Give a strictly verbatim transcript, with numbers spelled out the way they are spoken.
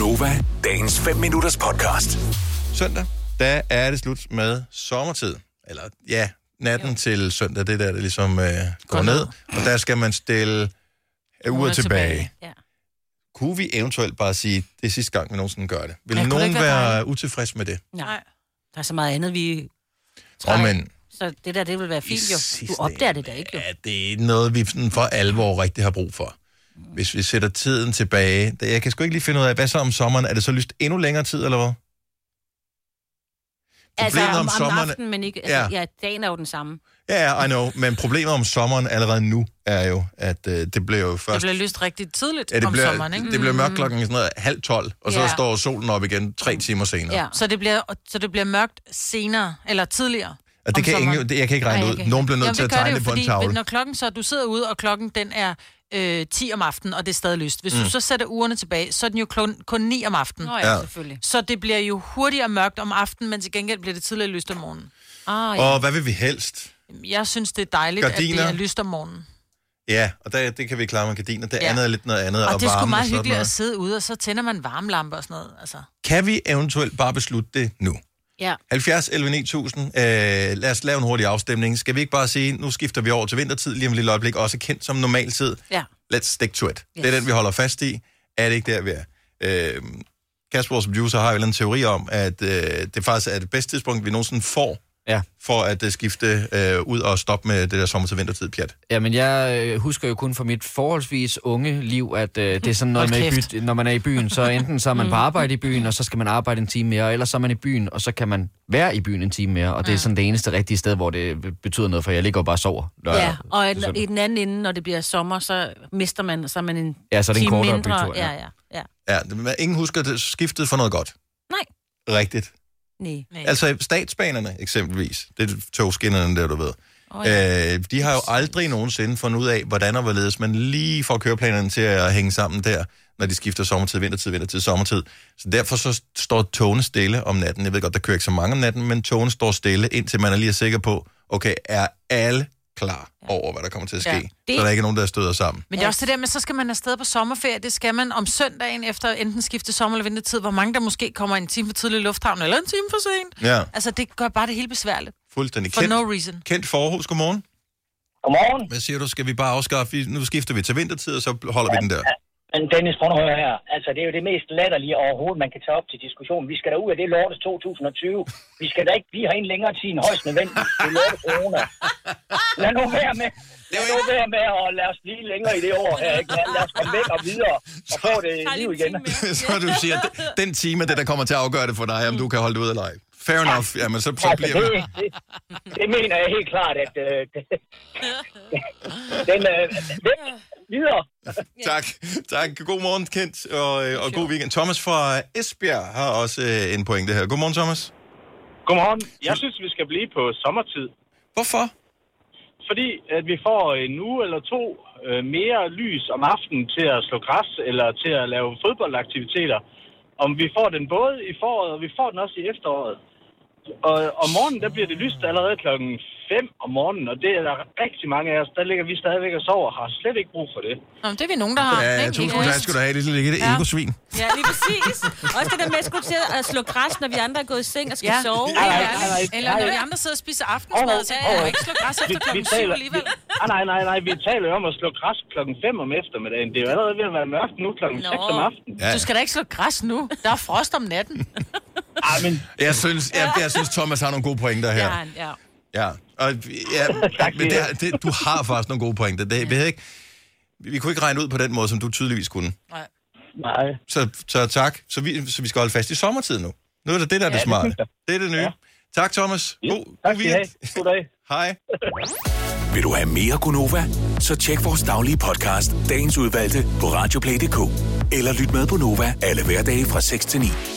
Gunova, dagens fem minutters podcast. Søndag, der er det slut med sommertid. Eller ja, natten jo. Til søndag, det der, der ligesom øh, går ned. Og der skal man stille øh, uger tilbage. tilbage. Ja. Kunne vi eventuelt bare sige, det er sidste gang, vi nogensinde gør det? Vil ja, nogen være dejligt? Utilfreds med det? Nej, der er så meget andet, vi trækker. Men så det der, det vil være fint jo. Du opdager det da ikke jo. Ja, det er noget, vi for alvor rigtig har brug for. Hvis vi sætter tiden tilbage. Jeg kan sgu ikke lige finde ud af, hvad så om sommeren? Er det så lyst endnu længere tid, eller hvad? Altså om, om sommeren, aftenen, men ikke... Altså, ja. ja, dagen er jo den samme. Ja, yeah, I know. Men problemet om sommeren allerede nu er jo, at øh, det bliver jo først... Det bliver lyst rigtig tidligt ja, det om bliver, sommeren, ikke? Det bliver mørkt klokken sådan noget, halv tolv, og så ja. står solen op igen tre timer senere. Ja. Så, det bliver, så det bliver mørkt senere, eller tidligere. Og det kan ingen, det, jeg kan ikke regne ud. Nogen bliver nødt Jamen, til at tegne det på fordi, en tavle. Når klokken så, du sidder ude, og klokken den er øh, ti om aftenen, og det er stadig lyst. Hvis mm. du så sætter ugerne tilbage, så er den jo kun, kun ni om aftenen. Nå ja, selvfølgelig. Så det bliver jo hurtigere mørkt om aftenen, men til gengæld bliver det tidligere lyst om morgenen. Ah, ja. Og hvad vil vi helst? Jeg synes, det er dejligt, gardiner. At det er lyst om morgenen. Ja, og der, det kan vi klare med gardiner. Det ja. andet er lidt noget andet. Og, og det er sgu meget hyggeligt noget. At sidde ude, og så tænder man varmelamper og sådan noget. Altså. Kan vi eventuelt bare beslutte det nu? Ja. halvfjerds elleve ni tusind. Øh, lad os lave en hurtig afstemning. Skal vi ikke bare sige, nu skifter vi over til vintertid, lige om et lille øjeblik, også kendt som normaltid. Ja. Let's stick to it. Yes. Det er den, vi holder fast i. Er det ikke der, vi er? Øh, Kasper, vores producer, har jo en teori om, at øh, det faktisk er det bedste tidspunkt, vi nogensinde får, ja. for at uh, skifte øh, ud og stoppe med det der sommer til vintertid pjat. Ja, men jeg øh, husker jo kun fra mit forholdsvis unge liv, at øh, det er sådan noget med, by, når man er i byen, så enten så er man på arbejde i byen, og så skal man arbejde en time mere, eller så er man i byen, og så kan man være i byen en time mere, og det er sådan det eneste rigtige sted, hvor det betyder noget, for jeg ligger jo bare og sover. Lørdag, ja, og i, i den anden ende, når det bliver sommer, så mister man, så er man en ja, så er det en time kortere mindre. bytur, ja, ja, ja. Ja, ja ingen husker det skiftet for noget godt. Nej. Rigtigt. Nej. Altså statsbanerne eksempelvis, det er togskinnerne der, du ved. Oh, ja. øh, de har jo aldrig nogensinde fundet ud af, hvordan og hvorledes man lige får køreplanerne til at hænge sammen der, når de skifter sommertid, vintertid, vintertid, sommertid. Så derfor så står togene stille om natten. Jeg ved godt, der kører ikke så mange om natten, men togene står stille, indtil man er lige sikker på, okay, er alle klar over, hvad der kommer til at ske. Ja, det... Så der er ikke nogen, der støder sammen. Men det er også det der med, så skal man afsted på sommerferie. Det skal man om søndagen efter enten skifte sommer- eller vintertid, hvor mange der måske kommer en time for tidlig i lufthavn, eller en time for sent. Ja. Altså, det gør bare det helt besværligt. Fuldstændig. For Kent, no reason. Kent Forhus, godmorgen. Godmorgen. Hvad siger du? Skal vi bare afskaffe? Nu skifter vi til vintertid, og så holder ja, vi den der. Ja. Men Dennis, prøv at høre her. Altså, det er jo det mest latterlige overhovedet, man kan tage op til diskussion. Vi skal da ud af det lortes to tusind og tyve. Vi skal da ikke blive herinde længere tid end højst nødvendigt. Det er lorte corona. Lad nu være med. Lad nu være med at lade os blive længere i det år her. Ikke? Lad os komme væk og videre og få det liv igen. Så du siger, at den time er det, der kommer til at afgøre det for dig, om du kan holde det ud eller ej. Fair enough. Jamen, så, så bliver det, det, det mener jeg helt klart, at øh, den øh, væk videre. Tak. Tak. God morgen, Kent, og, og god weekend. Thomas fra Esbjerg har også øh, en pointe her. Godmorgen, Thomas. Godmorgen. Jeg synes, vi skal blive på sommertid. Hvorfor? Fordi at vi får en uge eller to øh, mere lys om aftenen til at slå græs eller til at lave fodboldaktiviteter. Om vi får den både i foråret, og vi får den også i efteråret. Og om morgenen, der bliver det lyst allerede klokken fem om morgenen, og det er der rigtig mange af os, der ligger vi stadigvæk og sover, har slet ikke brug for det. Nå, det er vi nogen, der har. Ja, tusind tak skal du have, det ligger det ego-svin. Ja, lige præcis. Også det der med at skulle til at slå græs, når vi andre er gået i seng og skal ja. sove. Ja, ja, ja, ja. Eller når vi andre sidder og spiser aftensmad, så kan vi ikke slå græs efter klokken syv alligevel. Nej, nej, nej, nej, vi taler jo om at slå græs klokken fem om eftermiddagen. Det er jo allerede ved at være mørkt nu klokken seks om aftenen. Du skal da ikke slå græs nu. Der er frost om natten. Ah, men... Jeg synes, jeg, jeg synes, Thomas har nogle gode pointer her. Ja, ja. Ja, og ja, men det, det, du har faktisk nogle gode pointer. Det, vi, ikke, vi kunne ikke regne ud på den måde, som du tydeligvis kunne. Nej. Nej. Så, så tak. Så vi, så vi skal holde fast i sommertid nu. Nu er det det, der er ja, det smarte. Det, det er det nye. Ja. Tak, Thomas. God, tak, god weekend. God dag. Hej. Vil du have mere Gunova? Så tjek vores daglige podcast, dagens udvalgte, på radioplay punktum d k. Eller lyt med på Nova alle hverdage fra seks til ni.